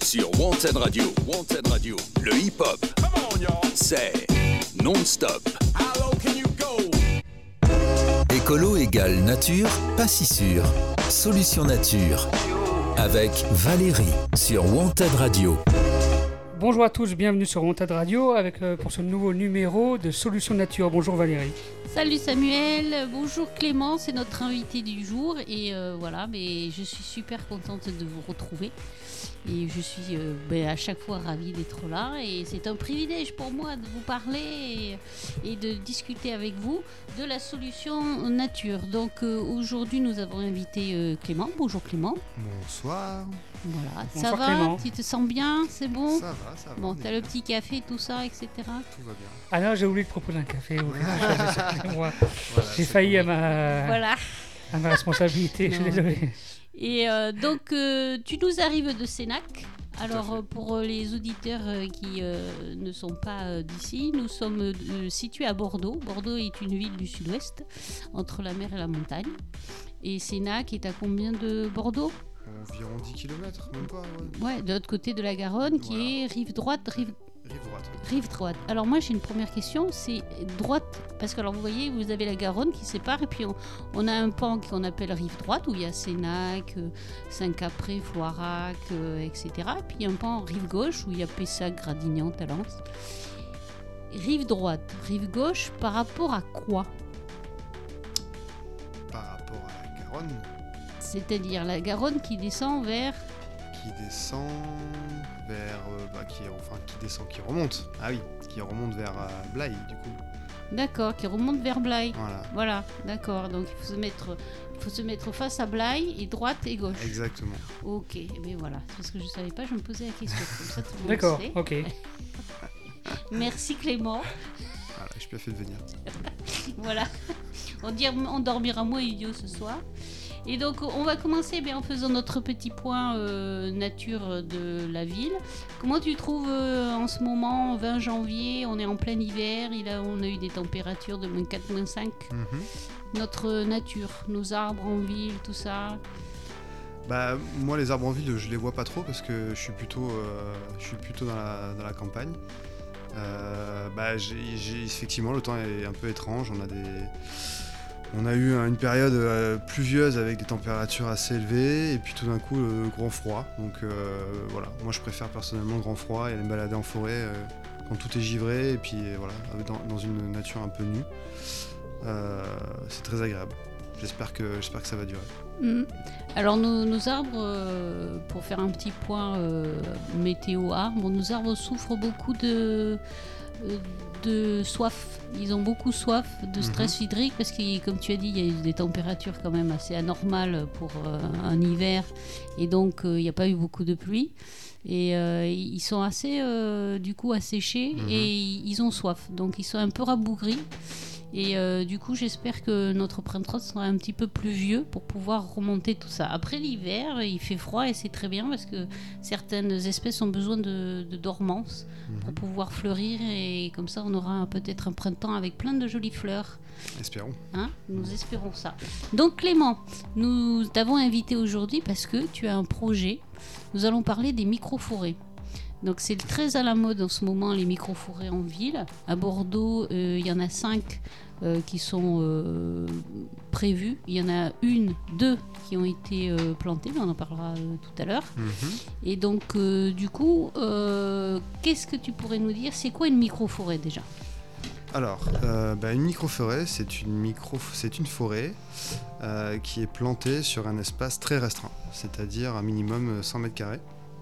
sur Wanted Radio. Wanted Radio, le hip-hop, c'est non-stop. Écolo égale nature, pas si sûr. Solution nature, avec Valérie sur Wanted Radio. Bonjour à tous, bienvenue sur Wanted Radio pour ce nouveau numéro de Solution Nature. Bonjour Valérie. Salut Samuel, bonjour Clément, c'est notre invité du jour et mais je suis super contente de vous retrouver et je suis à chaque fois ravie d'être là et c'est un privilège pour moi de vous parler et de discuter avec vous de la solution nature. Donc aujourd'hui nous avons invité Clément. Bonjour Clément. Bonsoir. Voilà, bonsoir, ça va Clément. Tu te sens bien? C'est bon? Ça va. Bon, t'as le petit café, tout ça, etc. Tout va bien. Ah non, j'ai oublié de proposer un café. Moi, Voilà, j'ai failli à ma responsabilité, Non. je suis désolé. Et donc, tu nous arrives de Sénac. Alors, pour les auditeurs qui ne sont pas d'ici, nous sommes situés à Bordeaux. Bordeaux est une ville du sud-ouest, entre la mer et la montagne. Et Sénac est à combien de Bordeaux ? Environ 10 km, même pas. Ouais, de l'autre côté de la Garonne, qui est rive droite, rive droite. Alors moi j'ai une première question, c'est droite, parce que alors vous voyez, vous avez la Garonne qui sépare et puis on a un pan qu'on appelle rive droite où il y a Sénac, Saint-Capré, Floirac, etc. Et puis il y a un pan rive gauche où il y a Pessac, Gradignan, Talence. Rive droite, rive gauche, par rapport à quoi ? Par rapport à la Garonne, C'est-à-dire la Garonne qui descend vers... qui descend vers... qui remonte. Ah oui, qui remonte vers Blaye, du coup. D'accord, qui remonte vers Blaye. Voilà, D'accord. Donc il faut se mettre face à Blaye et droite et gauche. exactement. Ok, mais voilà, parce que je savais pas, je me posais la question. Comme ça, tout le monde D'accord, sait. ok. Merci Clément. Voilà, j'ai bien fait de venir. Voilà, on dormira moins idiot ce soir. Et donc on va commencer en faisant notre petit point nature de la ville. Comment tu trouves en ce moment, 20 janvier, on est en plein hiver, on a eu des températures de -4, -5. Notre nature, nos arbres en ville, tout ça. Bah, moi, les arbres en ville, je les vois pas trop parce que je suis plutôt dans la campagne. Effectivement, le temps est un peu étrange. On a eu une période pluvieuse avec des températures assez élevées et puis tout d'un coup le grand froid. Donc voilà, moi je préfère personnellement le grand froid et aller me balader en forêt quand tout est givré et puis voilà, dans une nature un peu nue. C'est très agréable. J'espère que ça va durer. Alors nos arbres, pour faire un petit point météo arbres, nos arbres souffrent beaucoup de soif. Ils ont beaucoup soif, de stress hydrique parce que comme tu as dit, il y a eu des températures quand même assez anormales pour un hiver et donc il n'y a pas eu beaucoup de pluie et ils sont assez du coup asséchés et ils ont soif, donc ils sont un peu rabougris. Et du coup, j'espère que notre printemps sera un petit peu pluvieux pour pouvoir remonter tout ça. Après l'hiver, il fait froid et c'est très bien parce que certaines espèces ont besoin de dormance pour pouvoir fleurir et comme ça, on aura peut-être un printemps avec plein de jolies fleurs. Espérons. Nous espérons ça. Donc Clément, nous t'avons invité aujourd'hui parce que tu as un projet. Nous allons parler des micro-forêts. Donc c'est très à la mode en ce moment, les micro-forêts en ville. À Bordeaux, il y en a 5 qui sont prévues. Il y en a 2 qui ont été plantées, on en parlera tout à l'heure. Et donc du coup, qu'est-ce que tu pourrais nous dire ? C'est quoi une micro-forêt déjà ? Alors, une micro-forêt, c'est une forêt qui est plantée sur un espace très restreint, c'est-à-dire un minimum 100 mètres carrés.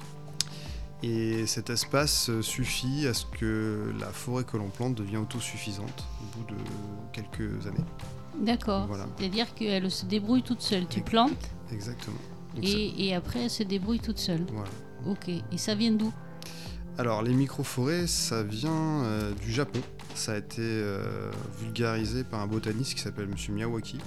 Et cet espace suffit à ce que la forêt que l'on plante devienne autosuffisante au bout de quelques années. D'accord, Voilà. C'est-à-dire qu'elle se débrouille toute seule. Tu plantes Exactement. Donc et après elle se débrouille toute seule. voilà. Ok, et ça vient d'où ? Alors, les micro-forêts, ça vient du Japon. Ça a été vulgarisé par un botaniste qui s'appelle M. Miyawaki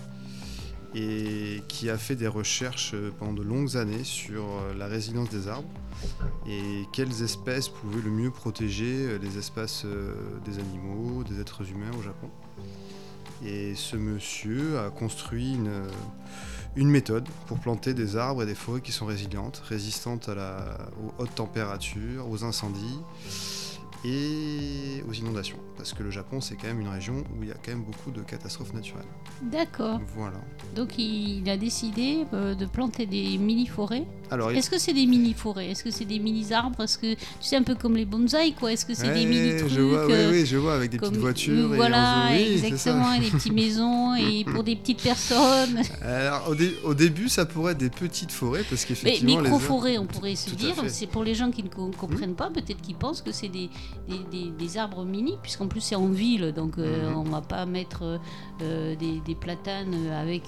et qui a fait des recherches pendant de longues années sur la résilience des arbres et quelles espèces pouvaient le mieux protéger les espaces des animaux, des êtres humains au Japon. Et ce monsieur a construit une méthode pour planter des arbres et des forêts qui sont résilientes, résistantes aux hautes températures, aux incendies et aux inondations. Parce que le Japon, c'est quand même une région où il y a quand même beaucoup de catastrophes naturelles. D'accord. Voilà. Donc il a décidé de planter des mini-forêts. Alors, Est-ce que c'est des mini-forêts? Est-ce que c'est des mini-arbres? Est-ce que tu sais, un peu comme les bonsaïs, quoi? Est-ce que c'est des mini-trucs? Oui, je vois, avec des petites voitures. Voilà, et exactement, et des petites maisons, et pour des petites personnes. Alors, au début, ça pourrait être des petites forêts, parce qu'effectivement... Mais micro-forêts, on pourrait se dire, fait. c'est pour les gens qui ne comprennent pas, peut-être qu'ils pensent que c'est des arbres mini, puisqu'en plus c'est en ville, donc on va pas mettre des platanes avec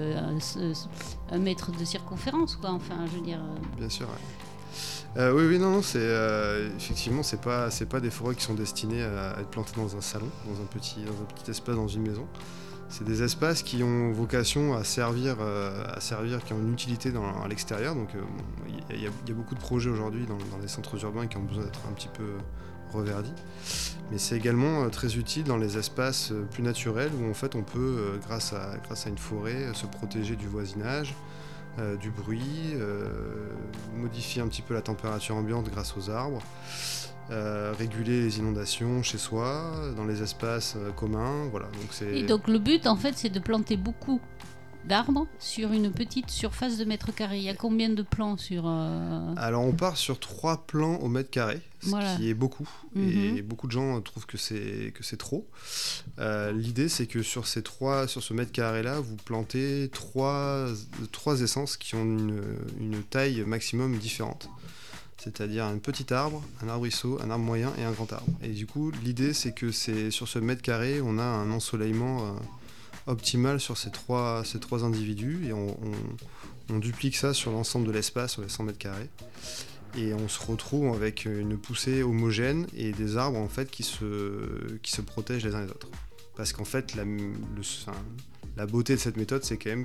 1 mètre de circonférence, quoi. Enfin, je veux dire. Bien sûr. Ouais. Oui, non, c'est effectivement, c'est pas des forêts qui sont destinées à être plantées dans un salon, dans un petit espace, dans une maison. C'est des espaces qui ont vocation à servir, qui ont une utilité à l'extérieur. Donc, il y a beaucoup de projets aujourd'hui dans les centres urbains qui ont besoin d'être un petit peu reverdis. Mais c'est également très utile dans les espaces plus naturels où en fait on peut, grâce à une forêt, se protéger du voisinage, du bruit, modifier un petit peu la température ambiante grâce aux arbres, réguler les inondations chez soi, dans les espaces communs. Voilà. Et donc le but en fait c'est de planter beaucoup d'arbres sur une petite surface de mètre carré. Il y a combien de plants sur... Alors on part sur 3 plants au mètre carré, ce qui est beaucoup. Et beaucoup de gens trouvent que c'est trop. L'idée c'est que sur ce mètre carré là, vous plantez 3 essences qui ont une taille maximum différente. C'est-à-dire un petit arbre, un arbrisseau, un arbre moyen et un grand arbre. Et du coup l'idée c'est que sur ce mètre carré, on a un ensoleillement optimal sur ces trois individus et on duplique ça sur l'ensemble de l'espace, sur les 100 mètres carrés, et on se retrouve avec une poussée homogène et des arbres en fait qui se protègent les uns les autres. Parce qu'en fait la beauté de cette méthode, c'est quand même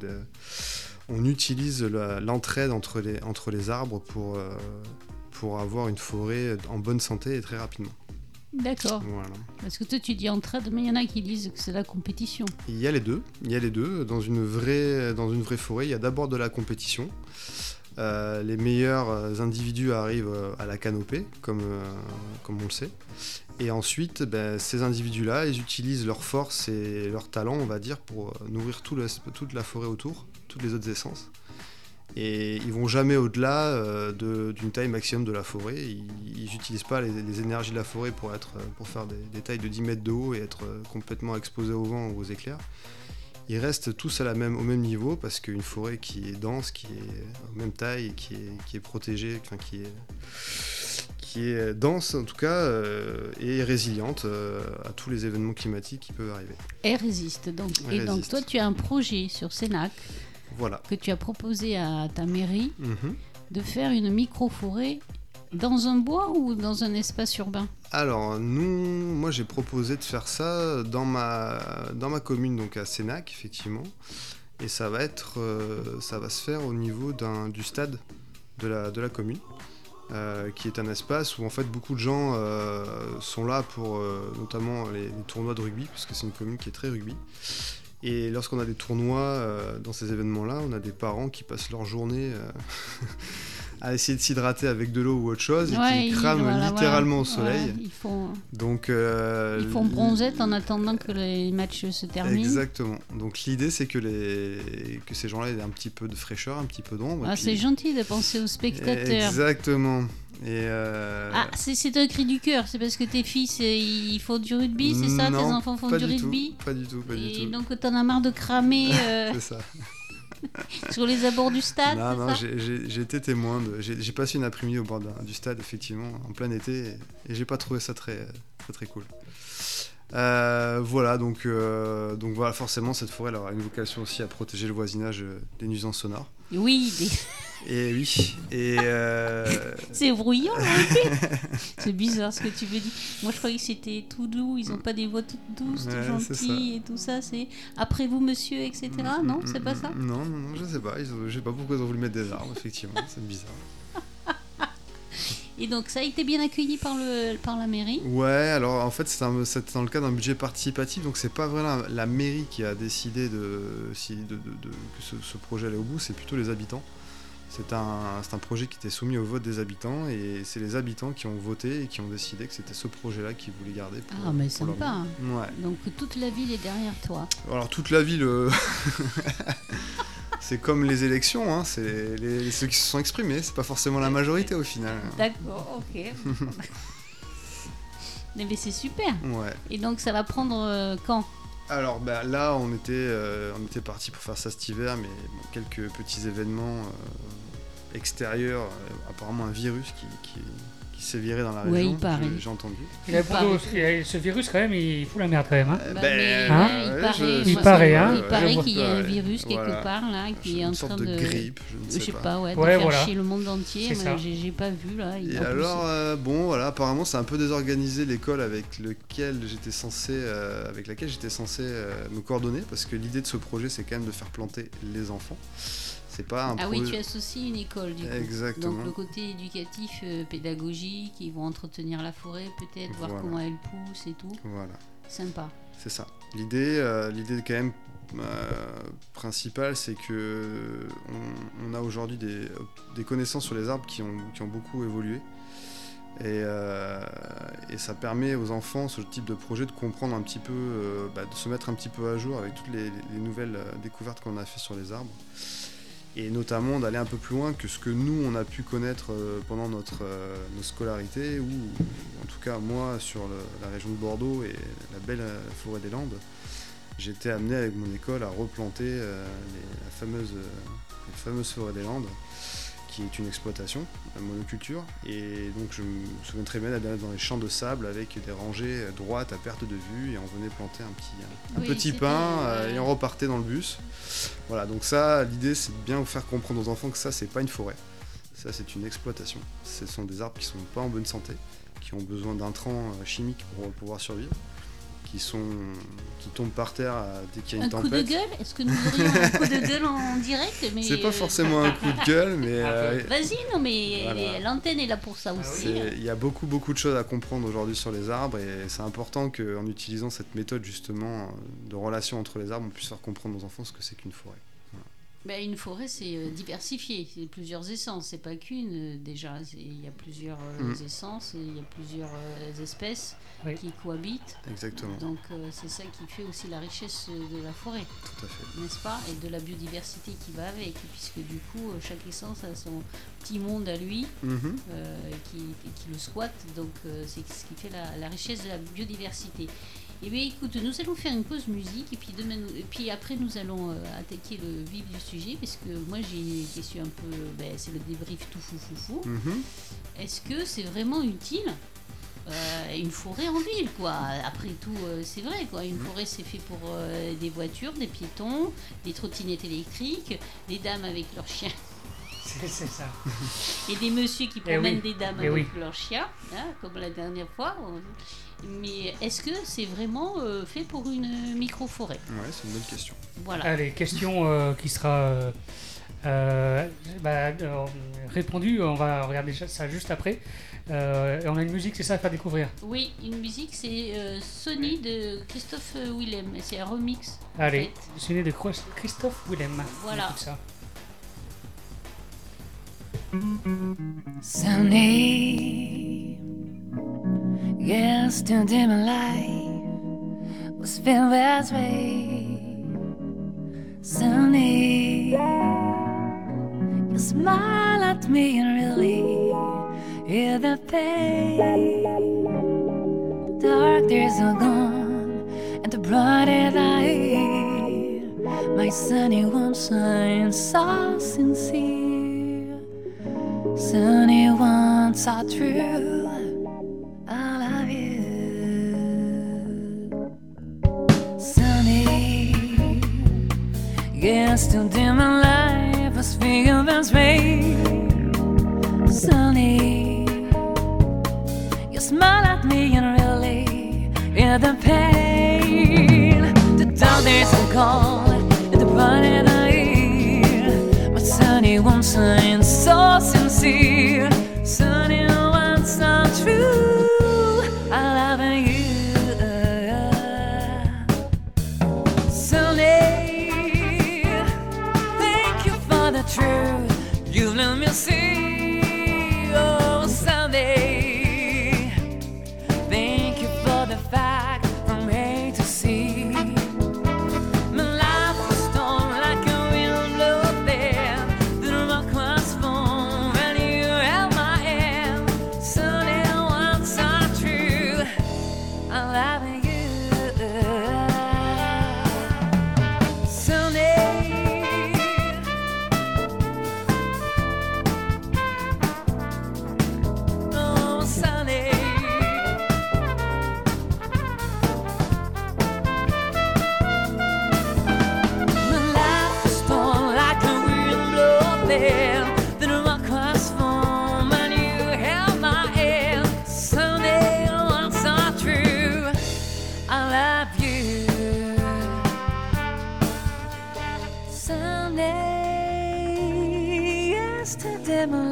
qu'on utilise l'entraide entre les arbres pour avoir une forêt en bonne santé et très rapidement. D'accord. Voilà. Parce que toi tu dis entraide, mais il y en a qui disent que c'est la compétition. Il y a les deux. Dans une vraie forêt, il y a d'abord de la compétition. Les meilleurs individus arrivent à la canopée, comme on le sait. Et ensuite, ces individus-là, ils utilisent leur force et leur talent, on va dire, pour nourrir toute la forêt autour, toutes les autres essences. Et ils vont jamais au-delà d'une taille maximum de la forêt. Ils n'utilisent pas les énergies de la forêt pour faire des tailles de 10 mètres de haut et être complètement exposés au vent ou aux éclairs. Ils restent tous au même niveau parce qu'une forêt qui est dense, qui est en même taille et qui est protégée, enfin qui est dense en tout cas, et résiliente à tous les événements climatiques qui peuvent arriver. Elle résiste donc. Donc toi tu as un projet sur Sénac. Voilà. Que tu as proposé à ta mairie de faire une micro-forêt dans un bois ou dans un espace urbain? Alors moi j'ai proposé de faire ça dans ma commune, donc à Sénac effectivement, et ça va se faire au niveau du stade de la commune, qui est un espace où en fait beaucoup de gens sont là pour notamment les tournois de rugby, parce que c'est une commune qui est très rugby. Et lorsqu'on a des tournois dans ces événements-là, on a des parents qui passent leur journée à essayer de s'hydrater avec de l'eau ou autre chose, et qui crament littéralement au soleil. Ils font bronzette en attendant que les matchs se terminent. Exactement. Donc l'idée, c'est que ces gens-là aient un petit peu de fraîcheur, un petit peu d'ombre. C'est gentil de penser aux spectateurs. Exactement. Et c'est un cri du cœur, c'est parce que tes fils ils font du rugby, c'est ça? Tes enfants font du rugby? Pas du tout. Et donc t'en as marre de cramer c'est ça. sur les abords du stade? Non, j'ai été témoin j'ai passé une après-midi au bord du stade, effectivement, en plein été, et j'ai pas trouvé ça très, très, très cool. Voilà, donc voilà, forcément cette forêt elle aura une vocation aussi à protéger le voisinage des nuisances sonores. Oui. Et oui. C'est bruyant. Hein. C'est bizarre ce que tu veux dire. Moi je croyais que c'était tout doux. Ils ont pas des voix toutes douces, tout gentilles et tout ça. C'est après vous monsieur, etc. Non, c'est pas ça. Non, je sais pas. Je sais pas pourquoi ils ont voulu mettre des arbres. Effectivement, c'est bizarre. Et donc ça a été bien accueilli par la mairie? Ouais, alors en fait c'est dans le cadre d'un budget participatif, donc c'est pas vraiment la mairie qui a décidé que ce projet allait au bout, c'est plutôt les habitants. C'est un projet qui était soumis au vote des habitants et c'est les habitants qui ont voté et qui ont décidé que c'était ce projet-là qu'ils voulaient garder. Ah mais sympa. Ouais. Donc toute la ville est derrière toi. Alors toute la ville, c'est comme les élections, hein, c'est ceux qui se sont exprimés, c'est pas forcément la majorité au final. D'accord, ok. Mais c'est super. Ouais. Et donc ça va prendre quand? Alors là on était parti pour faire ça cet hiver, mais bon, quelques petits événements extérieurs, apparemment un virus qui s'est viré dans la région, il paraît. J'ai entendu. Ce virus quand même il fout la merde quand même. Hein. Il paraît qu'il y a un virus quelque voilà. part là qui est en train de grippe, je ne sais pas. De faire chier le monde entier, mais j'ai pas vu là. Et alors apparemment c'est un peu désorganisé l'école avec laquelle j'étais censé me coordonner, parce que l'idée de ce projet c'est quand même de faire planter les enfants. C'est pas un oui, tu associes une école du coup. Exactement. Donc le côté éducatif, pédagogique, ils vont entretenir la forêt peut-être, voir comment elle pousse et tout. Voilà. Sympa. C'est ça. L'idée quand même principale, c'est que on a aujourd'hui des connaissances sur les arbres qui ont beaucoup évolué. Et ça permet aux enfants, ce type de projet, de comprendre un petit peu, de se mettre un petit peu à jour avec toutes les nouvelles découvertes qu'on a fait sur les arbres. Et notamment d'aller un peu plus loin que ce que nous on a pu connaître pendant nos scolarités, ou en tout cas moi sur la région de Bordeaux et la belle forêt des Landes, j'ai été amené avec mon école à replanter les fameuses forêts des Landes, qui est une exploitation, une monoculture, et donc je me souviens très bien d'aller dans les champs de sable avec des rangées droites à perte de vue, et on venait planter un petit pin et on repartait dans le bus. Voilà, donc ça, l'idée c'est de bien faire comprendre aux enfants que ça c'est pas une forêt, ça c'est une exploitation, ce sont des arbres qui sont pas en bonne santé, qui ont besoin d'intrants chimiques pour pouvoir survivre, qui tombent par terre dès qu'il y a une tempête. Un coup de gueule? Est-ce que nous aurions un coup de gueule en direct? C'est pas forcément un coup de gueule, mais... Vas-y, non mais voilà. L'antenne est là pour ça aussi. Il y a beaucoup de choses à comprendre aujourd'hui sur les arbres, et c'est important qu'en utilisant cette méthode justement de relation entre les arbres, on puisse faire comprendre aux enfants ce que c'est qu'une forêt. Voilà. Une forêt, c'est diversifié, c'est plusieurs essences, c'est pas qu'une déjà, il y a plusieurs essences, et il y a plusieurs espèces qui cohabitent. Exactement. Donc c'est ça qui fait aussi la richesse de la forêt. Tout à fait. N'est-ce pas? Et de la biodiversité qui va avec, puisque du coup chaque essence a son petit monde à lui qui le squatte, donc c'est ce qui fait la richesse de la biodiversité. Eh bien écoute, nous allons faire une pause musique, et puis après nous allons attaquer le vif du sujet, parce que moi j'ai une question un peu, c'est le débrief tout fou. Est-ce que c'est vraiment utile une forêt en ville, quoi? Après tout, c'est vrai, quoi. Une forêt c'est fait pour des voitures, des piétons, des trottinettes électriques, des dames avec leurs chiens. C'est ça. Et des messieurs qui promènent des dames avec leurs chiens, comme la dernière fois. Mais est-ce que c'est vraiment fait pour une micro-forêt? Ouais, c'est une bonne question. Voilà. Allez, question qui sera répondue. On va regarder ça juste après. On a une musique, c'est ça à faire découvrir? Oui, une musique, c'est Sony de Christophe Willem. C'est un remix. Allez, Sony de Christophe Willem. Voilà. Sunny, yesterday my life was filled with rain. Sunny, you smile at me and really hear the pain. The dark days are gone and the brighter light. My sunny one shines so sincere. Sunny ones are true, I love you. Sunny, yesterday my life was filled with rain. Sunny, you smile at me and really hear the pain. The dark days are gone and the brighter night. My sunny one shines so sincere. Sunny one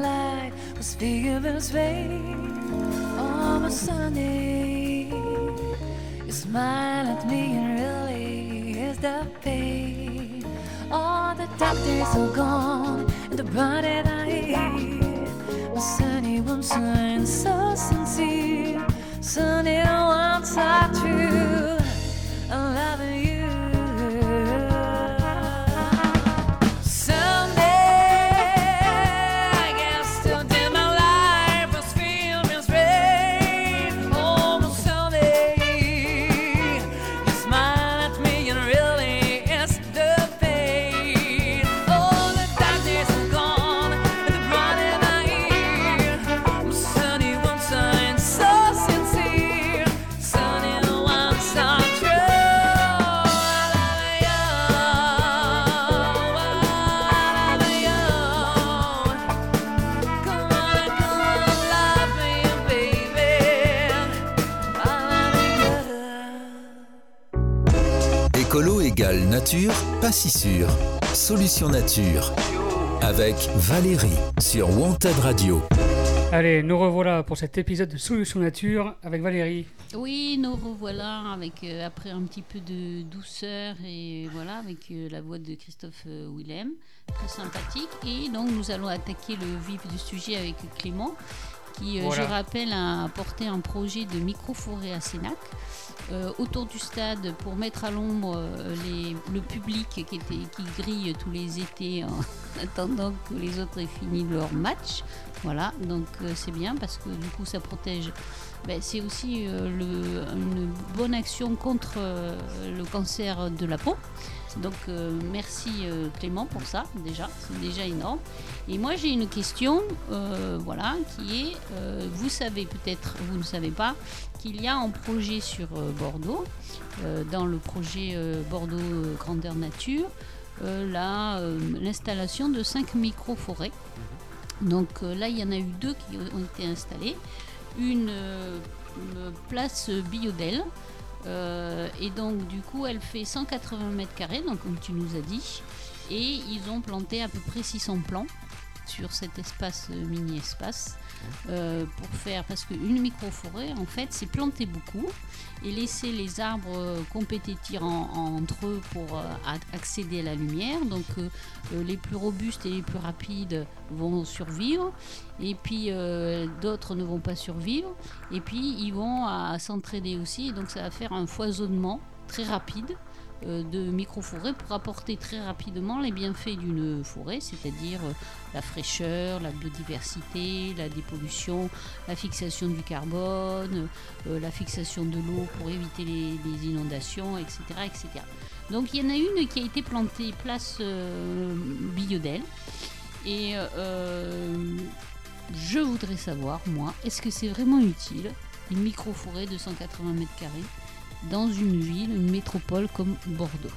life was feeling straight. Oh, but Sunday, you smile at me and really is the pain. All the dark days are gone and the brighter light. My sunny one shines so sincere. Sunny ones are true. I'm loving you. Écolo égale nature, pas si sûr. Solution nature. Avec Valérie sur Wanted Radio. Allez, nous revoilà pour cet épisode de Solution Nature avec Valérie. Oui, nous revoilà avec, après un petit peu de douceur et voilà, avec la voix de Christophe Willem, très sympathique. Et donc nous allons attaquer le vif du sujet avec Clément, qui, je rappelle, a porté un projet de micro-forêt à Sénac. Autour du stade pour mettre à l'ombre le public qui grille tous les étés en attendant que les autres aient fini leur match. Voilà, donc c'est bien parce que du coup ça protège. C'est aussi une bonne action contre le cancer de la peau. Donc merci Clément pour ça, déjà, c'est déjà énorme. Et moi j'ai une question, qui est, vous savez peut-être, vous ne savez pas, qu'il y a un projet sur Bordeaux, dans le projet Bordeaux Grandeur Nature, l'installation de 5 micro-forêts. Donc là il y en a eu 2 qui ont été installées, une place Biodel. Et donc du coup elle fait 180 mètres carrés, donc comme tu nous as dit, et ils ont planté à peu près 600 plants sur cet espace, mini-espace, pour faire, parce qu'une micro-forêt en fait c'est planter beaucoup et laisser les arbres compétir entre eux pour accéder à la lumière. Donc les plus robustes et les plus rapides vont survivre, et puis d'autres ne vont pas survivre, et puis ils vont s'entraider aussi, et donc ça va faire un foisonnement très rapide de micro-forêts pour apporter très rapidement les bienfaits d'une forêt, c'est-à-dire la fraîcheur, la biodiversité, la dépollution, la fixation du carbone, la fixation de l'eau pour éviter les inondations, etc., etc. Donc il y en a une qui a été plantée place Biodel, et je voudrais savoir, moi, est-ce que c'est vraiment utile une micro-forêt de 180 mètres carrés dans une ville, une métropole comme Bordeaux?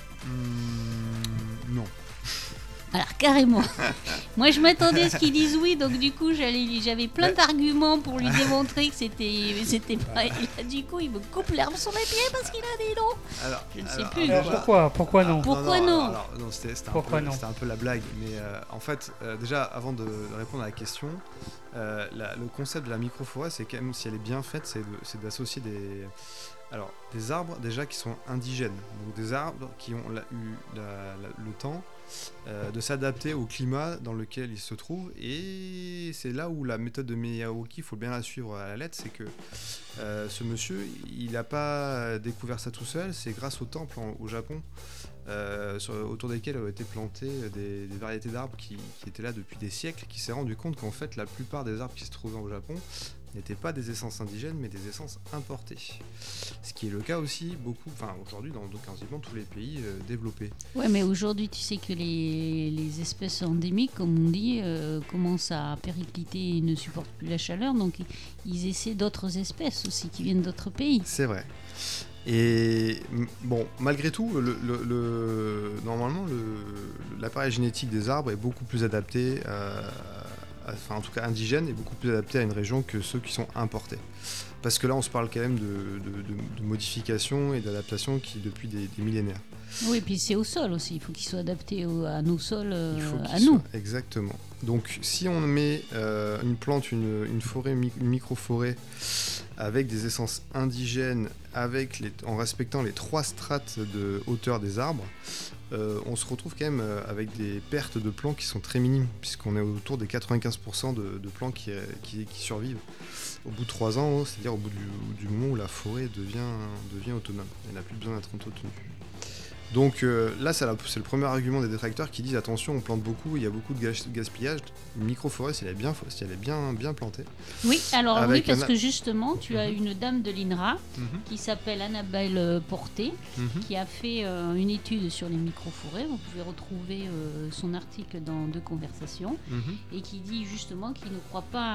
Non. Alors carrément. Moi je m'attendais à ce qu'ils disent oui, donc du coup j'avais plein d'arguments pour lui démontrer que c'était pas. Et là, du coup il me coupe l'herbe sur les pieds parce qu'il a des noms. Alors, je ne sais plus. Pourquoi non? Pourquoi non? C'était un peu la blague, mais en fait déjà avant de répondre à la question, le concept de la micro-forêt, c'est quand même, si elle est bien faite, c'est d'associer des arbres déjà qui sont indigènes, donc des arbres qui ont eu le temps de s'adapter au climat dans lequel ils se trouvent. Et c'est là où la méthode de Miyawaki, il faut bien la suivre à la lettre, c'est que ce monsieur, il n'a pas découvert ça tout seul, c'est grâce aux temples au Japon, autour desquels ont été plantées des variétés d'arbres qui étaient là depuis des siècles, qui s'est rendu compte qu'en fait la plupart des arbres qui se trouvaient au Japon n'étaient pas des essences indigènes mais des essences importées, ce qui est le cas aussi aujourd'hui dans quasiment tous les pays développés. Ouais, mais aujourd'hui tu sais que les espèces endémiques, comme on dit, commencent à péricliter et ne supportent plus la chaleur, donc ils essaient d'autres espèces aussi qui viennent d'autres pays. C'est vrai. Et bon, malgré tout, normalement, l'appareil génétique des arbres est beaucoup plus adapté enfin en tout cas indigènes, et beaucoup plus adaptés à une région que ceux qui sont importés. Parce que là, on se parle quand même de modifications et d'adaptations qui depuis des millénaires. Oui, et puis c'est au sol aussi. Il faut qu'il soit adapté à nos sols, Il faut qu'il à nous. soit- Exactement. Donc, si on met une plante, une forêt, une micro-forêt, avec des essences indigènes, en respectant les 3 strates de hauteur des arbres, on se retrouve quand même avec des pertes de plants qui sont très minimes, puisqu'on est autour des 95% de plants qui survivent au bout de 3 ans, c'est-à-dire au bout du moment où la forêt devient autonome. Elle n'a plus besoin d'être entretenue. Donc là, c'est le premier argument des détracteurs qui disent attention, on plante beaucoup, il y a beaucoup de gaspillage. Une micro-forêt, si elle est bien plantée. Oui, alors Avec parce un- que justement, tu as une dame de l'INRA Mhm. qui s'appelle Annabelle Porté, Mhm. qui a fait une étude sur les micro-forêts. Vous pouvez retrouver son article dans Deux conversations, Mhm. et qui dit justement qu'il ne croit pas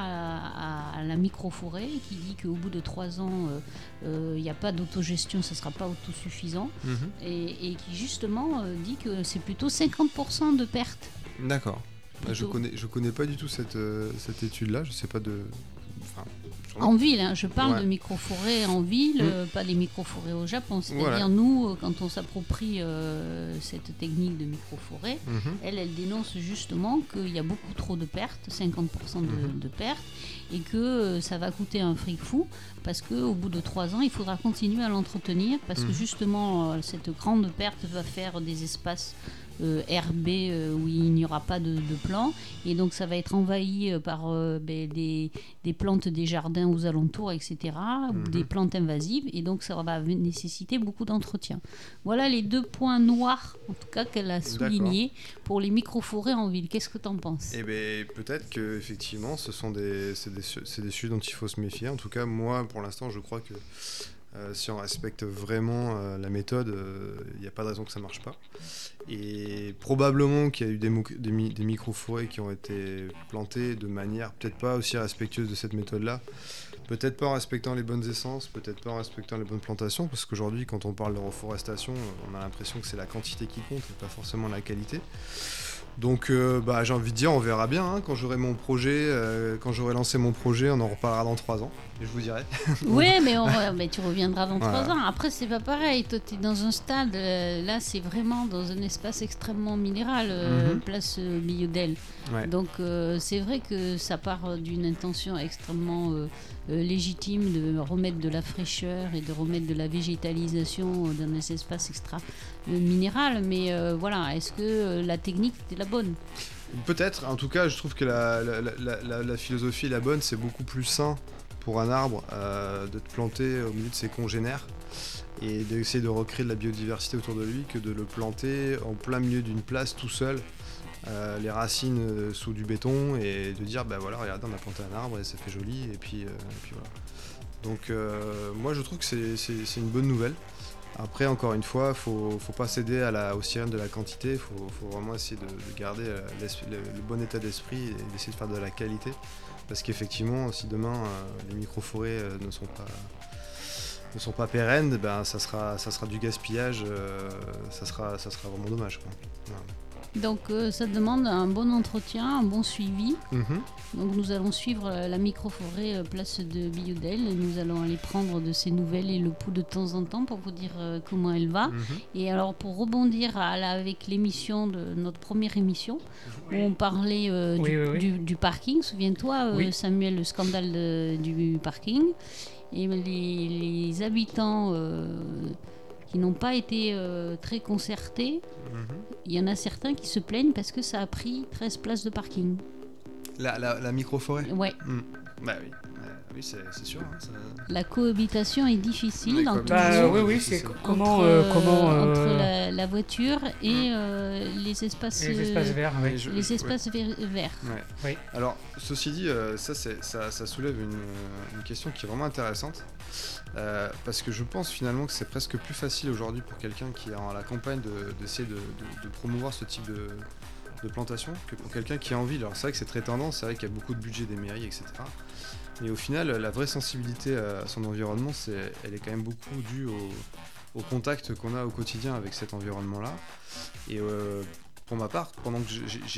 à la micro-forêt, et qui dit qu'au bout de 3 ans, il n'y a pas d'autogestion, ça ne sera pas autosuffisant, Mhm. et qui justement dit que c'est plutôt 50% de pertes. D'accord. Bah, je Plutôt. connais pas du tout cette étude-là. Je sais pas de. Enfin, En ville, hein, je parle Ouais. de micro-forêts en ville, pas des micro-forêts au Japon. C'est-à-dire, Voilà. nous, quand on s'approprie cette technique de micro-forêt, Mhm. elle dénonce justement qu'il y a beaucoup trop de pertes, 50% de pertes, et que ça va coûter un fric fou, parce qu'au bout de 3 ans, il faudra continuer à l'entretenir, parce que justement, cette grande perte va faire des espaces herbés où il n'y aura pas de plants, et donc ça va être envahi par des plantes des jardins aux alentours, etc., ou des plantes invasives, et donc ça va nécessiter beaucoup d'entretien. Voilà les 2 points noirs, en tout cas, qu'elle a soulignés pour les micro-forêts en ville. Qu'est-ce que tu en penses? Eh bien, peut-être que effectivement, c'est des sujets dont il faut se méfier. En tout cas, moi, pour l'instant, je crois que si on respecte vraiment la méthode, il n'y a pas de raison que ça ne marche pas. Et probablement qu'il y a eu des micro-forêts qui ont été plantées de manière peut-être pas aussi respectueuse de cette méthode-là. Peut-être pas en respectant les bonnes essences, peut-être pas en respectant les bonnes plantations, parce qu'aujourd'hui, quand on parle de reforestation, on a l'impression que c'est la quantité qui compte et pas forcément la qualité. Donc j'ai envie de dire, on verra bien, hein, quand j'aurai mon projet, quand j'aurai lancé mon projet, on en reparlera dans 3 ans, et je vous dirai. Oui, mais tu reviendras dans 3 Voilà. ans. Après, c'est pas pareil. Toi, tu es dans un stade, là, c'est vraiment dans un espace extrêmement minéral, place Biodel. Ouais. Donc, c'est vrai que ça part d'une intention extrêmement légitime de remettre de la fraîcheur et de remettre de la végétalisation dans des espaces extra minéral. Mais voilà, est-ce que la technique était la bonne? Peut-être, en tout cas, je trouve que la philosophie est la bonne, c'est beaucoup plus sain pour un arbre de te planter au milieu de ses congénères et d'essayer de recréer de la biodiversité autour de lui que de le planter en plein milieu d'une place tout seul, les racines sous du béton, et de dire bah voilà, regardez, on a planté un arbre et ça fait joli, et puis voilà. Donc moi je trouve que c'est une bonne nouvelle. Après, encore une fois, faut pas céder aux sirènes de la quantité, faut vraiment essayer de garder le bon état d'esprit et d'essayer de faire de la qualité. Parce qu'effectivement, si demain les micro-forêts ne sont pas pérennes, ben, ça sera du gaspillage, ça sera vraiment dommage, quoi. Voilà. Donc, ça demande un bon entretien, un bon suivi. Donc nous allons suivre la micro-forêt place de Biodel, et nous allons aller prendre de ses nouvelles et le pouls de temps en temps pour vous dire comment elle va. Et alors, pour rebondir avec l'émission de notre première émission, où on parlait du parking, souviens-toi, Samuel, le scandale du parking, et les habitants qui n'ont pas été très concertés, il y en a certains qui se plaignent parce que ça a pris 13 places de parking. La micro-forêt. Ouais. Bah oui, oui c'est sûr. Hein, ça... La cohabitation est difficile Oui, dans comme- tous Bah, les oui, c'est entre, comment entre la voiture et les espaces les espaces verts, oui. Et je- les ouais. espaces verts. Ouais. Oui. Alors, ceci dit, ça soulève une question qui est vraiment intéressante, parce que je pense finalement que c'est presque plus facile aujourd'hui pour quelqu'un qui est à la campagne d'essayer de promouvoir ce type de plantation que pour quelqu'un qui est en ville. Alors c'est vrai que c'est très tendance, c'est vrai qu'il y a beaucoup de budget des mairies, etc. Mais au final, la vraie sensibilité à son environnement, elle est quand même beaucoup due au contact qu'on a au quotidien avec cet environnement-là. Et pour ma part, pendant que j'ai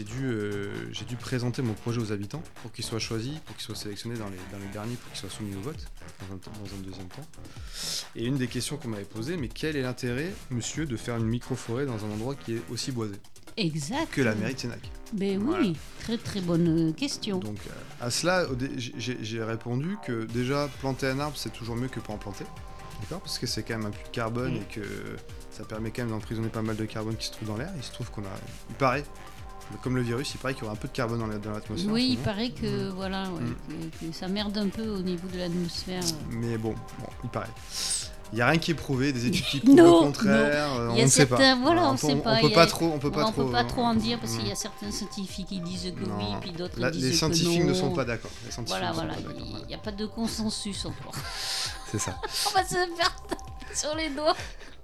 dû présenter mon projet aux habitants pour qu'il soit choisi, pour qu'il soit sélectionné dans les derniers, pour qu'il soit soumis au vote dans un deuxième temps. Et une des questions qu'on m'avait posées, mais quel est l'intérêt, monsieur, de faire une micro-forêt dans un endroit qui est aussi boisé Exact. que la mairie de Sénac? Ben Voilà. oui, très très bonne question. Donc à cela, j'ai répondu que déjà planter un arbre c'est toujours mieux que pas en planter, d'accord? Parce que c'est quand même un puits de carbone et que ça permet quand même d'emprisonner pas mal de carbone qui se trouve dans l'air. Il se trouve il paraît, comme le virus, il paraît qu'il y aura un peu de carbone dans l'atmosphère. Oui, en ce il moment. paraît que voilà, que ça merde un peu au niveau de l'atmosphère. Mais bon, il paraît. Il n'y a rien qui est prouvé, des études qui prouvent Non, le contraire, Il y on a ne sait pas. certains, voilà, on ne sait pas. On peut pas trop en dire parce qu'il y a certains scientifiques qui disent que oui, puis d'autres disent que non. Les scientifiques ne sont pas d'accord. Voilà, il n'y a pas de consensus encore. C'est ça. On va se faire sur les doigts.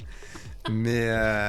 Mais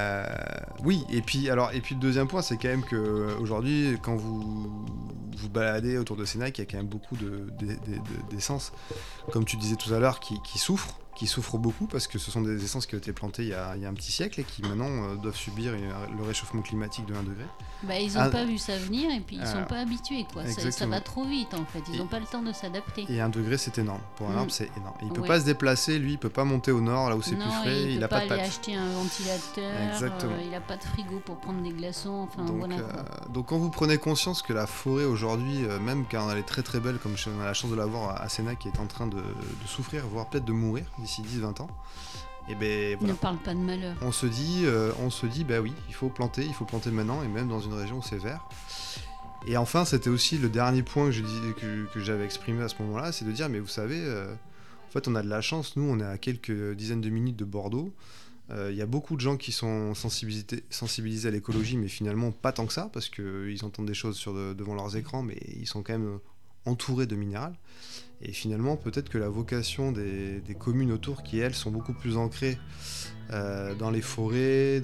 oui, et puis le deuxième point, c'est quand même que aujourd'hui, quand vous baladez autour de Sénac, il y a quand même beaucoup d'essences, comme tu disais tout à l'heure, qui souffrent beaucoup parce que ce sont des essences qui ont été plantées il y a un petit siècle et qui maintenant doivent subir le réchauffement climatique de 1 degré. Bah, ils n'ont pas vu ça venir et puis ils sont pas habitués, quoi. Ça Exactement. va trop vite en fait, ils n'ont pas le temps de s'adapter. Et 1 degré, c'est énorme. Pour un arbre, c'est énorme. Il peut Ouais. pas se déplacer, lui, il peut pas monter au nord, là où c'est Non, plus frais, il a peut pas pas de aller pattes. acheter un ventilateur, Exactement. il a pas de frigo pour prendre des glaçons, enfin Donc, voilà. Quoi. donc quand vous prenez conscience que la forêt aujourd'hui, même quand elle est très très belle, comme on a la chance de la voir à Sénac, qui est en train de souffrir, voire peut-être de mourir d'ici 10-20 ans, et ben voilà. Ne parle pas de malheur. On se dit, bah oui, il faut planter maintenant, et même dans une région où c'est vert. Et enfin, c'était aussi le dernier point que j'avais exprimé à ce moment-là, c'est de dire, mais vous savez, en fait, on a de la chance, nous, on est à quelques dizaines de minutes de Bordeaux. Il y a beaucoup de gens qui sont sensibilisés à l'écologie, mais finalement pas tant que ça, parce qu'ils entendent des choses devant leurs écrans, mais ils sont quand même entourés de minéral. Et finalement, peut-être que la vocation des communes autour, qui elles sont beaucoup plus ancrées dans les forêts,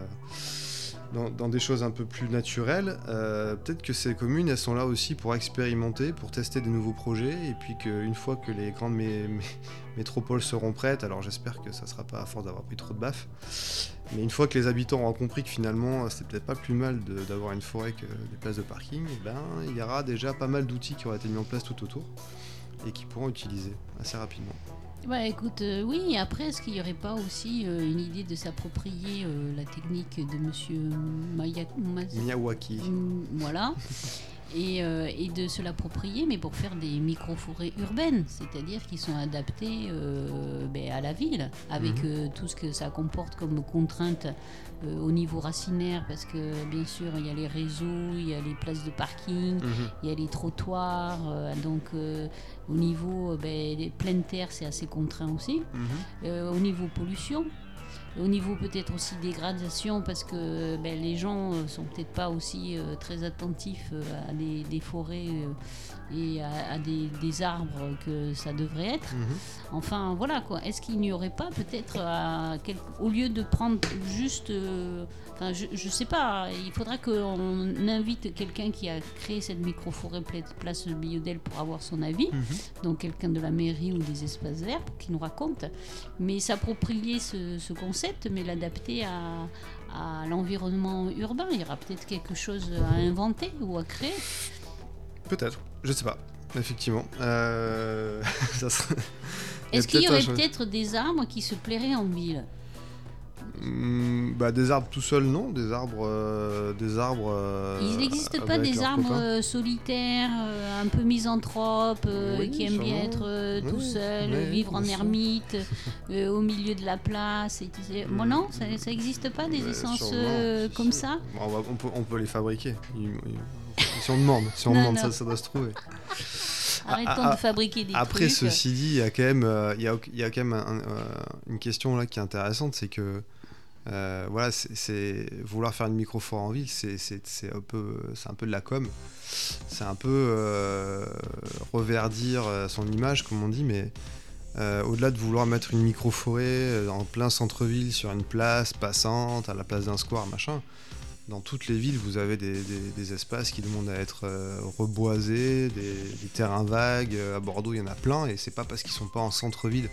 dans des choses un peu plus naturelles, peut-être que ces communes, elles sont là aussi pour expérimenter, pour tester des nouveaux projets, et puis qu'une fois que les grandes métropoles seront prêtes, alors j'espère que ça sera pas à force d'avoir pris trop de baffes, mais une fois que les habitants auront compris que finalement c'était peut-être pas plus mal d'avoir une forêt que des places de parking, et ben il y aura déjà pas mal d'outils qui auront été mis en place tout autour et qui pourront utiliser assez rapidement. Bah écoute, oui, après, est-ce qu'il n'y aurait pas aussi une idée de s'approprier la technique de monsieur Miyawaki. Voilà. Et de se l'approprier, mais pour faire des micro-forêts urbaines, c'est-à-dire qui sont adaptées à la ville, avec tout ce que ça comporte comme contraintes au niveau racinaire, parce que bien sûr il y a les réseaux, il y a les places de parking, il y a les trottoirs, donc au niveau des pleines terres c'est assez contraint aussi. Au niveau pollution, au niveau peut-être aussi dégradation, parce que les gens sont peut-être pas aussi très attentifs à des forêts et à des arbres que ça devrait être. Enfin voilà quoi. Est-ce qu'il n'y aurait pas peut-être au lieu de prendre juste je sais pas, il faudra qu'on invite quelqu'un qui a créé cette micro-forêt place Biodel pour avoir son avis, donc quelqu'un de la mairie ou des espaces verts pour qu'il nous raconte, mais s'approprier ce concept, mais l'adapter à l'environnement urbain. Il y aura peut-être quelque chose à inventer ou à créer. Peut-être, je sais pas, effectivement. Ça serait... Est-ce qu'il y aurait peut-être des arbres qui se plairaient en ville ? Des arbres tout seuls, non. Des arbres. Il n'existe pas des arbres solitaires, un peu misanthropes, qui aiment bien être tout seuls, vivre en ermite, au milieu de la place. Bon, non, ça n'existe pas des essences comme ça. On peut les fabriquer. Si on demande, ça doit se trouver. Arrêtons de fabriquer des trucs. Après, ceci dit, il y a quand même, une question là qui est intéressante, c'est que c'est vouloir faire une micro-forêt en ville, c'est un peu de la com, c'est un peu reverdir son image, comme on dit, mais au-delà de vouloir mettre une micro-forêt en plein centre-ville sur une place passante, à la place d'un square, machin. Dans toutes les villes, vous avez des espaces qui demandent à être reboisés, des terrains vagues. À Bordeaux, il y en a plein, et c'est pas parce qu'ils sont pas en centre-ville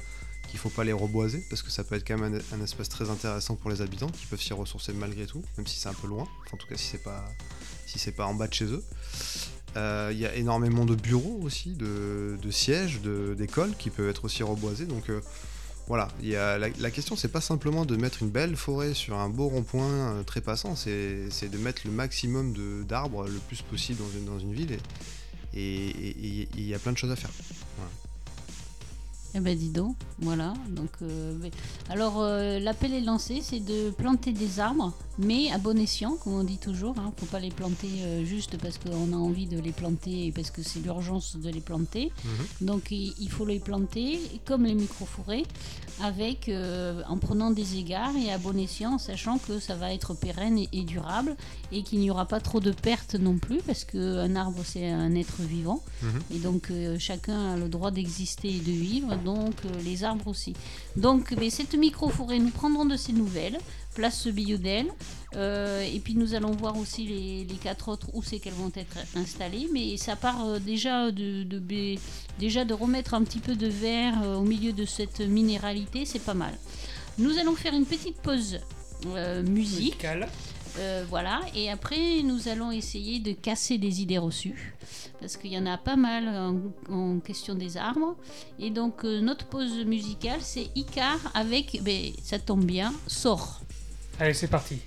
qu'il ne faut pas les reboiser, parce que ça peut être quand même un espace très intéressant pour les habitants, qui peuvent s'y ressourcer malgré tout, même si c'est un peu loin, enfin, en tout cas si c'est pas en bas de chez eux. Il y a énormément de bureaux aussi, de sièges, d'écoles qui peuvent être aussi reboisés, donc voilà, la question c'est pas simplement de mettre une belle forêt sur un beau rond-point très passant, c'est de mettre le maximum d'arbres le plus possible dans une ville, et il y a plein de choses à faire. Voilà. Eh ben dis donc, voilà. Donc, l'appel est lancé, c'est de planter des arbres, mais à bon escient, comme on dit toujours. Hein. Faut pas les planter juste parce qu'on a envie de les planter et parce que c'est l'urgence de les planter. Donc il faut les planter comme les micro-forêts, avec en prenant des égards et à bon escient, sachant que ça va être pérenne et durable et qu'il n'y aura pas trop de pertes non plus, parce qu'un arbre c'est un être vivant et donc chacun a le droit d'exister et de vivre. Donc les arbres aussi. Donc cette micro-forêt, nous prendrons de ces nouvelles, place Biodel, et puis nous allons voir aussi les 4 autres où c'est qu'elles vont être installées, mais ça part déjà de remettre un petit peu de verre au milieu de cette minéralité, c'est pas mal. Nous allons faire une petite pause musique. Voilà, et après nous allons essayer de casser des idées reçues, parce qu'il y en a pas mal en question des arbres. Et donc notre pause musicale, c'est Icar avec, ça tombe bien, Sors. Allez, c'est parti.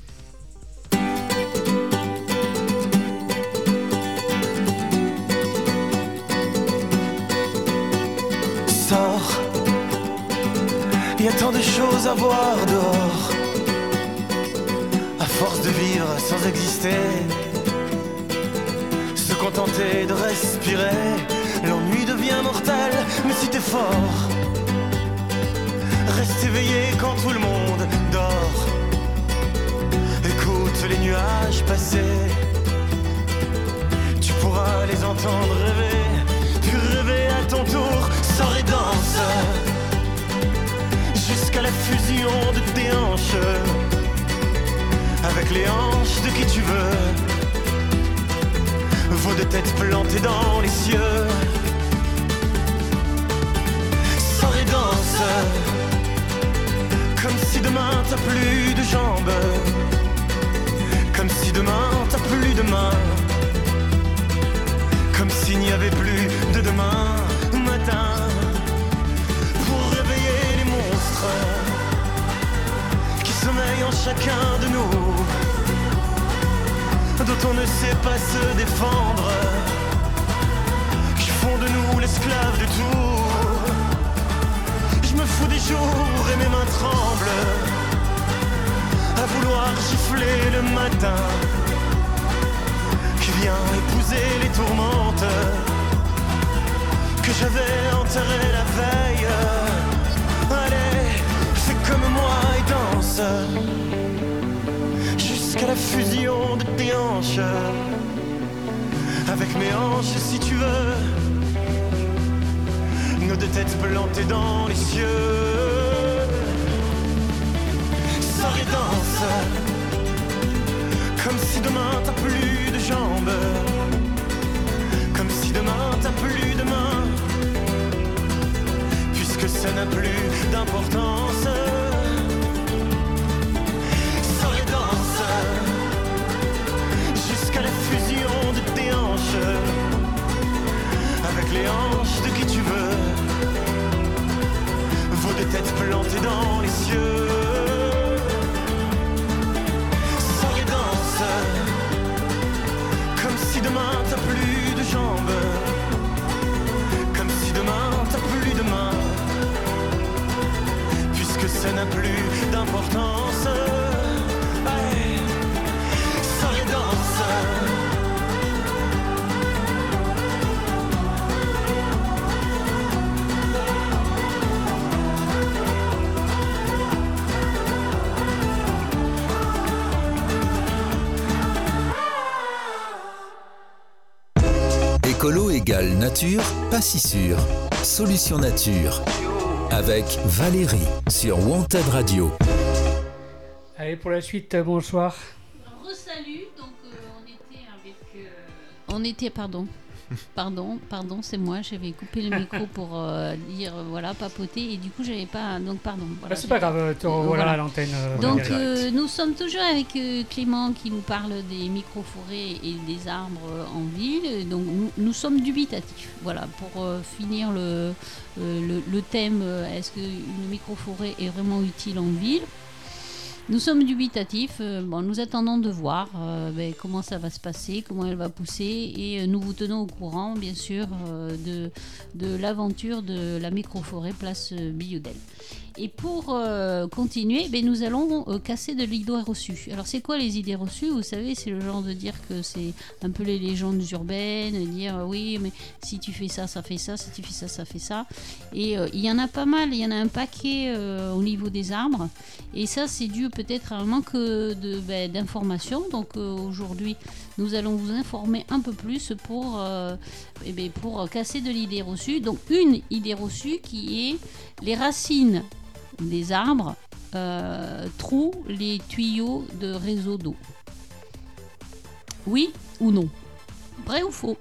Sors, il y a tant de choses à voir dehors. À force de vivre sans exister, se contenter de respirer, l'ennui devient mortel. Mais si t'es fort, reste éveillé quand tout le monde dort. Écoute les nuages passer, tu pourras les entendre rêver, puis rêver à ton tour. Sors et danse jusqu'à la fusion de tes hanches avec les hanches de qui tu veux. Vos deux têtes plantées dans les cieux. Sors et danse comme si demain t'as plus de jambes, comme si demain t'as plus de mains, comme s'il n'y avait plus de demain matin. Pour réveiller les monstres qui sommeillent en chacun de nous, dont on ne sait pas se défendre, qui font de nous l'esclave de tout. Je me fous des jours et mes mains tremblent à vouloir gifler le matin qui vient épouser les tourmentes que j'avais enterrées la veille. Allez, fais comme moi et danse jusqu'à la fusion de tes hanches avec mes hanches si tu veux. Nos deux têtes plantées dans les cieux. Sors et danse comme si demain t'as plus de jambes, comme si demain t'as plus de mains, puisque ça n'a plus d'importance. Sors et danse jusqu'à la fusion de tes hanches avec les hanches de qui tu veux. Vos deux têtes plantées dans les cieux. Sors et danse comme si demain t'as plus de jambes, comme si demain t'as plus de mains, puisque ça n'a plus d'importance. Allez, sors et danse. Écolo égale nature, pas si sûr. Solution nature. Avec Valérie sur Wanted Radio. Allez, pour la suite, bonsoir. Re-salut, donc on était Pardon, c'est moi, j'avais coupé le micro pour dire voilà, papoter, et du coup j'avais pas. Donc pardon. Voilà, c'est pas grave, voilà l'antenne. Donc nous sommes toujours avec Clément qui nous parle des micro-forêts et des arbres en ville. Donc nous sommes dubitatifs. Voilà, pour finir le thème, est-ce qu'une micro-forêt est vraiment utile en ville ? Nous sommes dubitatifs, nous attendons de voir comment ça va se passer, comment elle va pousser, et nous vous tenons au courant, bien sûr, de l'aventure de la microforêt place Billaudel. Et pour continuer, nous allons casser de l'idée reçue. Alors c'est quoi les idées reçues ? Vous savez, c'est le genre de dire que c'est un peu les légendes urbaines, dire oui, mais si tu fais ça, ça fait ça, si tu fais ça, ça fait ça. Et il y en a pas mal, il y en a un paquet au niveau des arbres. Et ça, c'est dû peut-être à un manque d'informations. Donc aujourd'hui, nous allons vous informer un peu plus pour casser de l'idée reçue. Donc une idée reçue qui est les racines des arbres trouent les tuyaux de réseau d'eau. Oui ou non ? Vrai ou faux ?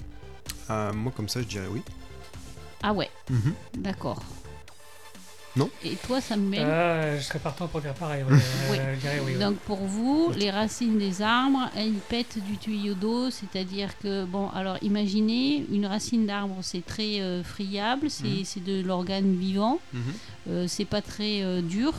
Moi, comme ça, je dirais oui. Ah ouais, d'accord. Non ? Et toi, Samuel ? Je serais partant pour dire pareil. Oui. Je dirais oui. Donc pour vous, les racines des arbres, elles pètent du tuyau d'eau, c'est-à-dire que, alors imaginez, une racine d'arbre, c'est très friable, c'est de l'organe vivant, c'est pas très dur.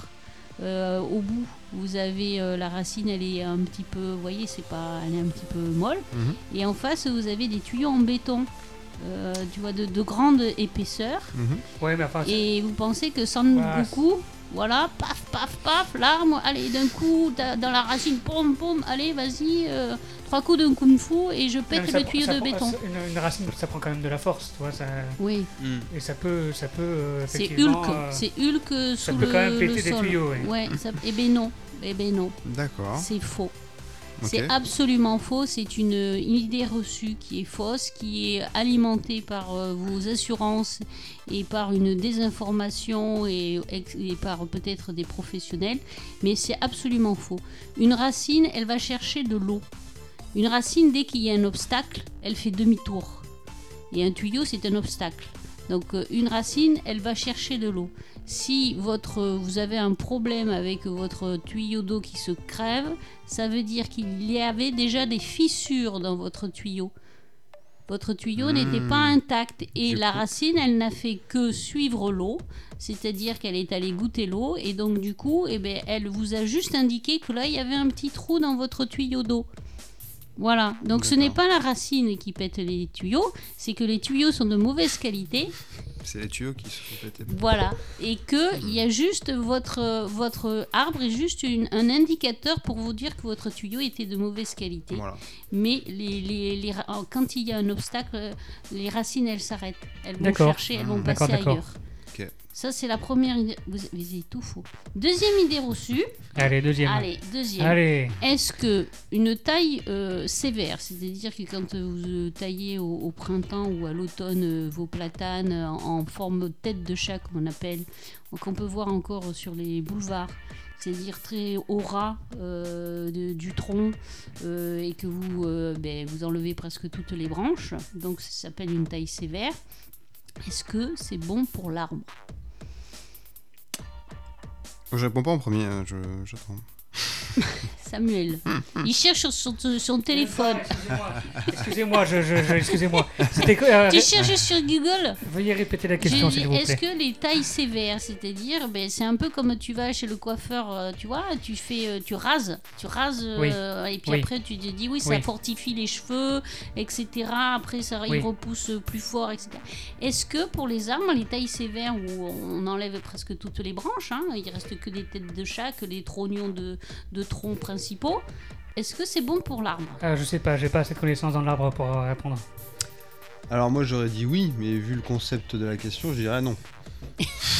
Au bout, vous avez la racine, elle est un petit peu, vous voyez, elle est un petit peu molle. Et en face, vous avez des tuyaux en béton. Tu vois, de grande épaisseur. Ouais, mais enfin, et vous pensez que sans beaucoup, voilà, paf, paf, paf, l'arbre, allez, d'un coup, dans la racine, pom, pom, allez, vas-y, 3 coups d'un kung fu et je pète le tuyau de béton. Une racine, ça prend quand même de la force, tu vois. Ça... Oui. Et ça peut c'est Hulk, c'est Hulk ça sous peut le, quand même péter le des sol. tuyaux, ouais. Eh ben non. D'accord. C'est faux. Okay. C'est absolument faux, c'est une idée reçue qui est fausse, qui est alimentée par vos assurances et par une désinformation et par peut-être des professionnels, mais c'est absolument faux. Une racine, elle va chercher de l'eau. Une racine, dès qu'il y a un obstacle, elle fait demi-tour. Et un tuyau, c'est un obstacle. Donc une racine, elle va chercher de l'eau. Si vous avez un problème avec votre tuyau d'eau qui se crève, ça veut dire qu'il y avait déjà des fissures dans votre tuyau. Votre tuyau n'était pas intact et la racine, elle n'a fait que suivre l'eau, c'est-à-dire qu'elle est allée goûter l'eau et donc du coup, elle vous a juste indiqué que là, il y avait un petit trou dans votre tuyau d'eau. Voilà, donc ce n'est pas la racine qui pète les tuyaux, c'est que les tuyaux sont de mauvaise qualité. C'est les tuyaux qui se font péter. Voilà, et qu'il y a juste votre arbre est juste un indicateur pour vous dire que votre tuyau était de mauvaise qualité. Voilà. Mais quand il y a un obstacle, les racines, elles s'arrêtent. Elles vont chercher, elles vont passer ailleurs. Okay. Ça, c'est la première idée. Vous avez tout faux. Deuxième idée reçue. Allez, deuxième. Allez. Est-ce que une taille sévère, c'est-à-dire que quand vous taillez au printemps ou à l'automne vos platanes en forme de tête de chat, comme on appelle, qu'on peut voir encore sur les boulevards, c'est-à-dire très au ras du tronc et que vous enlevez presque toutes les branches, donc ça s'appelle une taille sévère. Est-ce que c'est bon pour l'arbre ? Je réponds pas en premier, j'attends. Samuel, il cherche sur son téléphone. Excusez-moi. C'était tu cherches sur Google ? Veuillez répéter la question, s'il vous plaît. Est-ce que les tailles sévères, c'est-à-dire, c'est un peu comme tu vas chez le coiffeur, tu vois, tu rases, et puis après tu te dis ça fortifie les cheveux, etc. Après ça, il repousse plus fort, etc. Est-ce que pour les arbres, les tailles sévères où on enlève presque toutes les branches, il reste que des têtes de chat, que les trognons de troncs principaux, est-ce que c'est bon pour l'arbre ? Je sais pas, j'ai pas assez de connaissances dans l'arbre pour répondre. Alors moi j'aurais dit oui, mais vu le concept de la question, je dirais non.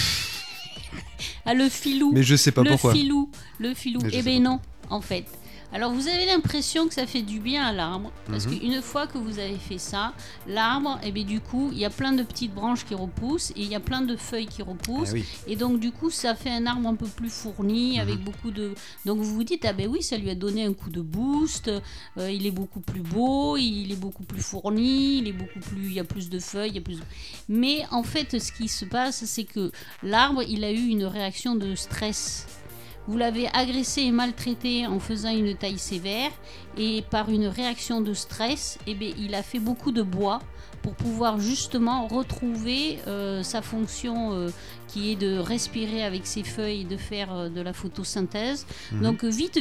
Le filou. Mais je sais pas pourquoi. Le filou. Non, en fait. Alors vous avez l'impression que ça fait du bien à l'arbre, parce qu'une fois que vous avez fait ça, l'arbre, et bien du coup, il y a plein de petites branches qui repoussent et il y a plein de feuilles qui repoussent. Et donc du coup, ça fait un arbre un peu plus fourni, avec beaucoup de... Donc vous vous dites, ah ben oui, ça lui a donné un coup de boost, il est beaucoup plus beau, il est beaucoup plus fourni, il y a plus de feuilles, il y a plus de... Mais en fait, ce qui se passe, c'est que l'arbre, il a eu une réaction de stress. Vous l'avez agressé et maltraité en faisant une taille sévère et par une réaction de stress, il a fait beaucoup de bois pour pouvoir justement retrouver sa fonction qui est de respirer avec ses feuilles et de faire de la photosynthèse. Donc vite,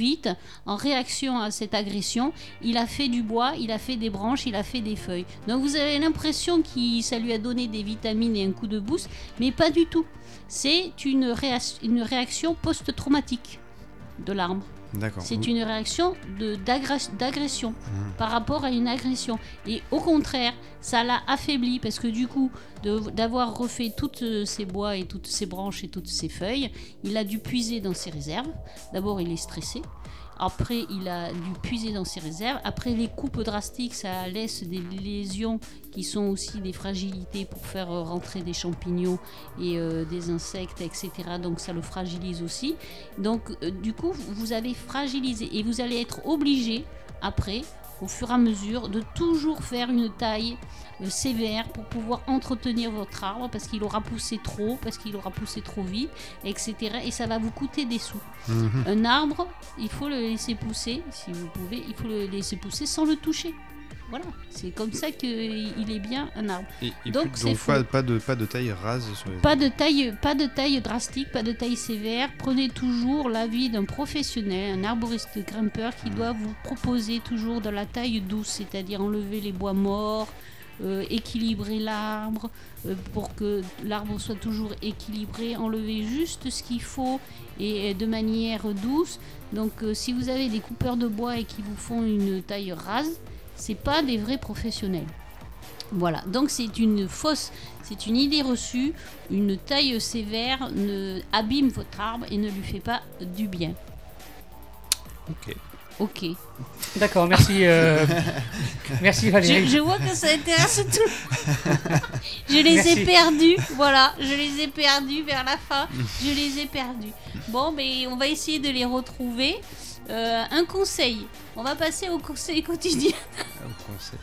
en réaction à cette agression, il a fait du bois, il a fait des branches, il a fait des feuilles. Donc vous avez l'impression que ça lui a donné des vitamines et un coup de boost, mais pas du tout. C'est une réaction post-traumatique de l'arbre. D'accord. C'est une réaction d'agression par rapport à une agression. Et au contraire, ça l'a affaibli parce que du coup, d'avoir refait tous ces bois et toutes ces branches et toutes ces feuilles, il a dû puiser dans ses réserves. D'abord, il est stressé. Après, il a dû puiser dans ses réserves. Après, les coupes drastiques, ça laisse des lésions qui sont aussi des fragilités pour faire rentrer des champignons et des insectes, etc. Donc, ça le fragilise aussi. Donc, du coup, vous avez fragilisé et vous allez être obligé, après, au fur et à mesure, de toujours faire une taille sévère pour pouvoir entretenir votre arbre parce qu'il aura poussé trop, parce qu'il aura poussé trop vite, etc. Et ça va vous coûter des sous. Un arbre, il faut le laisser pousser, si vous pouvez, il faut le laisser pousser sans le toucher. Voilà, c'est comme ça qu'il est bien un arbre. Donc pas de taille rase sur les pas de taille drastique, pas de taille sévère. Prenez toujours l'avis d'un professionnel, un arboriste grimpeur qui doit vous proposer toujours de la taille douce, c'est-à-dire enlever les bois morts, équilibrer l'arbre pour que l'arbre soit toujours équilibré, enlever juste ce qu'il faut et de manière douce. Donc si vous avez des coupeurs de bois et qui vous font une taille rase, c'est pas des vrais professionnels. Voilà, donc c'est une idée reçue. Une taille sévère abîme votre arbre et ne lui fait pas du bien. Ok. D'accord, merci. Merci Valérie. Je vois que ça intéresse tout. Je les ai perdus, voilà. Je les ai perdus vers la fin. Je les ai perdus. Bon, mais on va essayer de les retrouver. Un conseil. On va passer au conseil quotidien. Un conseil.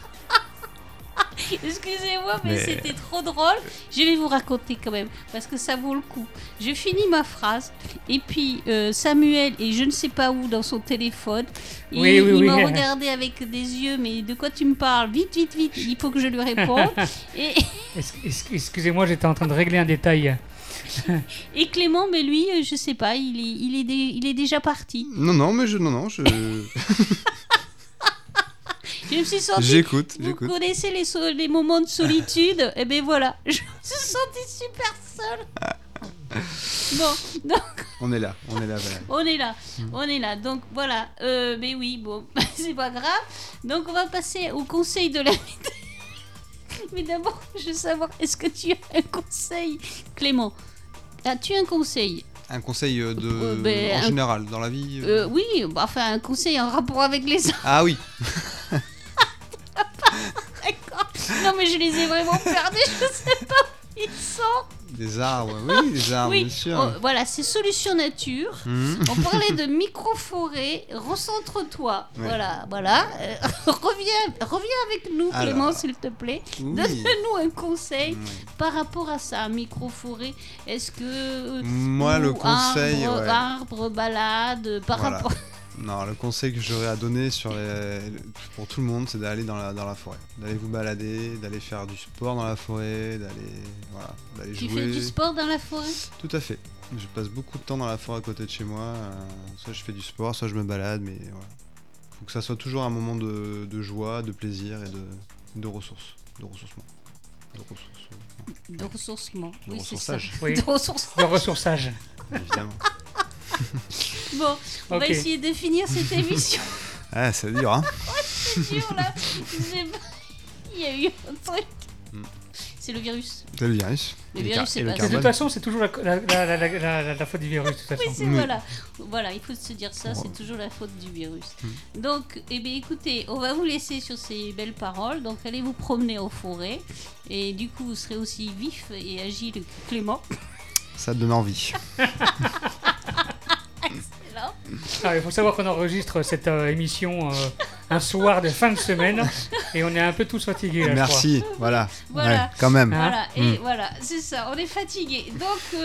Excusez-moi, mais c'était trop drôle. Je vais vous raconter quand même, parce que ça vaut le coup. Je finis ma phrase, et puis Samuel est je ne sais pas où dans son téléphone. Et il m'a regardé avec des yeux, mais de quoi tu me parles ? Vite, il faut que je lui réponde. Et... Excusez-moi, j'étais en train de régler un détail. Et Clément, mais lui, je sais pas, il est déjà parti. Non, je... Je me suis sentie... J'écoute. Vous connaissez les moments de solitude ? Et ben voilà, je me suis sentie super seule. Bon, donc... On est là, voilà. On est là. Donc voilà, mais oui, bon, c'est pas grave. Donc on va passer au conseil de la vidéo. Mais d'abord, je veux savoir, est-ce que tu as un conseil, Clément ? As-tu un conseil ? Un conseil en général, dans la vie Oui, enfin un conseil en rapport avec les arbres. Ah oui. D'accord. Non mais je les ai vraiment perdus, je sais pas où ils sont. Des arbres, oui, bien sûr. Voilà, c'est Solutions Nature. On parlait de micro-forêt, recentre-toi. Ouais. Voilà. Reviens avec nous, Clément, s'il te plaît. Oui. Donne-nous un conseil par rapport à ça, micro-forêt. Est-ce que... Moi, le conseil... Arbre, balade, par rapport... Non, le conseil que j'aurais à donner pour tout le monde, c'est d'aller dans la forêt. D'aller vous balader, d'aller faire du sport dans la forêt, d'aller jouer. Tu fais du sport dans la forêt ? Tout à fait. Je passe beaucoup de temps dans la forêt à côté de chez moi. Soit je fais du sport, soit je me balade, mais voilà. Faut que ça soit toujours un moment de joie, de plaisir et de ressources. De ressourcement. De ressourcement. Oui, c'est ça. Oui. De ressourçage. De ressourçage. Évidemment. Bon, on va essayer de finir cette émission. Ah, c'est dur, hein. Ouais, c'est dur, là. Il y a eu un truc. C'est le virus. C'est le virus. Le virus, c'est et le pas De toute carbone. façon, c'est toujours la faute du virus. De toute façon. Oui, voilà, il faut se dire ça, c'est toujours la faute du virus. Donc, eh bien, écoutez, on va vous laisser sur ces belles paroles. Donc, allez vous promener en forêt. Et du coup, vous serez aussi vif et agile que Clément. Ça te donne envie. Excellent. Ah, il faut savoir qu'on enregistre cette émission un soir de fin de semaine et on est un peu tous fatigués. Là, Merci, voilà. Voilà. Ouais, quand même. Voilà, et voilà, c'est ça, on est fatigué. Donc,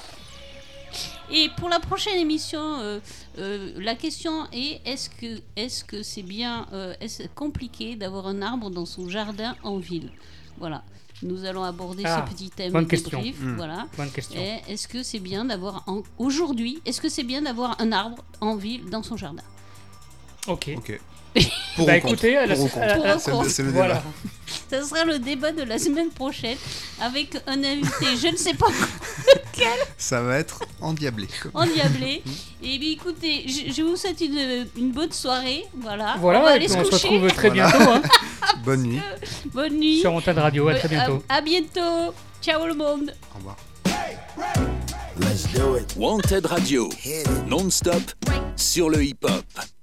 et pour la prochaine émission, la question est est-ce que c'est bien est-ce compliqué d'avoir un arbre dans son jardin en ville? Voilà. Nous allons aborder ce petit thème bonne de question. débrief. Voilà. Bonne question. Et est-ce que c'est bien d'avoir aujourd'hui, est-ce que c'est bien d'avoir un arbre en ville dans son jardin? Ok. Pour Bah ou contre. écoutez, Pour ou contre. C'est le débat. voilà. Ça sera le débat de la semaine prochaine avec un invité, je ne sais pas Ça va être endiablé. endiablé. Et bien écoutez, je vous souhaite une bonne soirée. Voilà. Voilà, on va et aller puis se on se coucher. retrouve très Voilà. bientôt hein, Bonne nuit. Bonne nuit. sur Wanted Radio. À très bientôt. À bientôt. Ciao le monde. Au revoir. Wanted Radio, non-stop sur le hip-hop.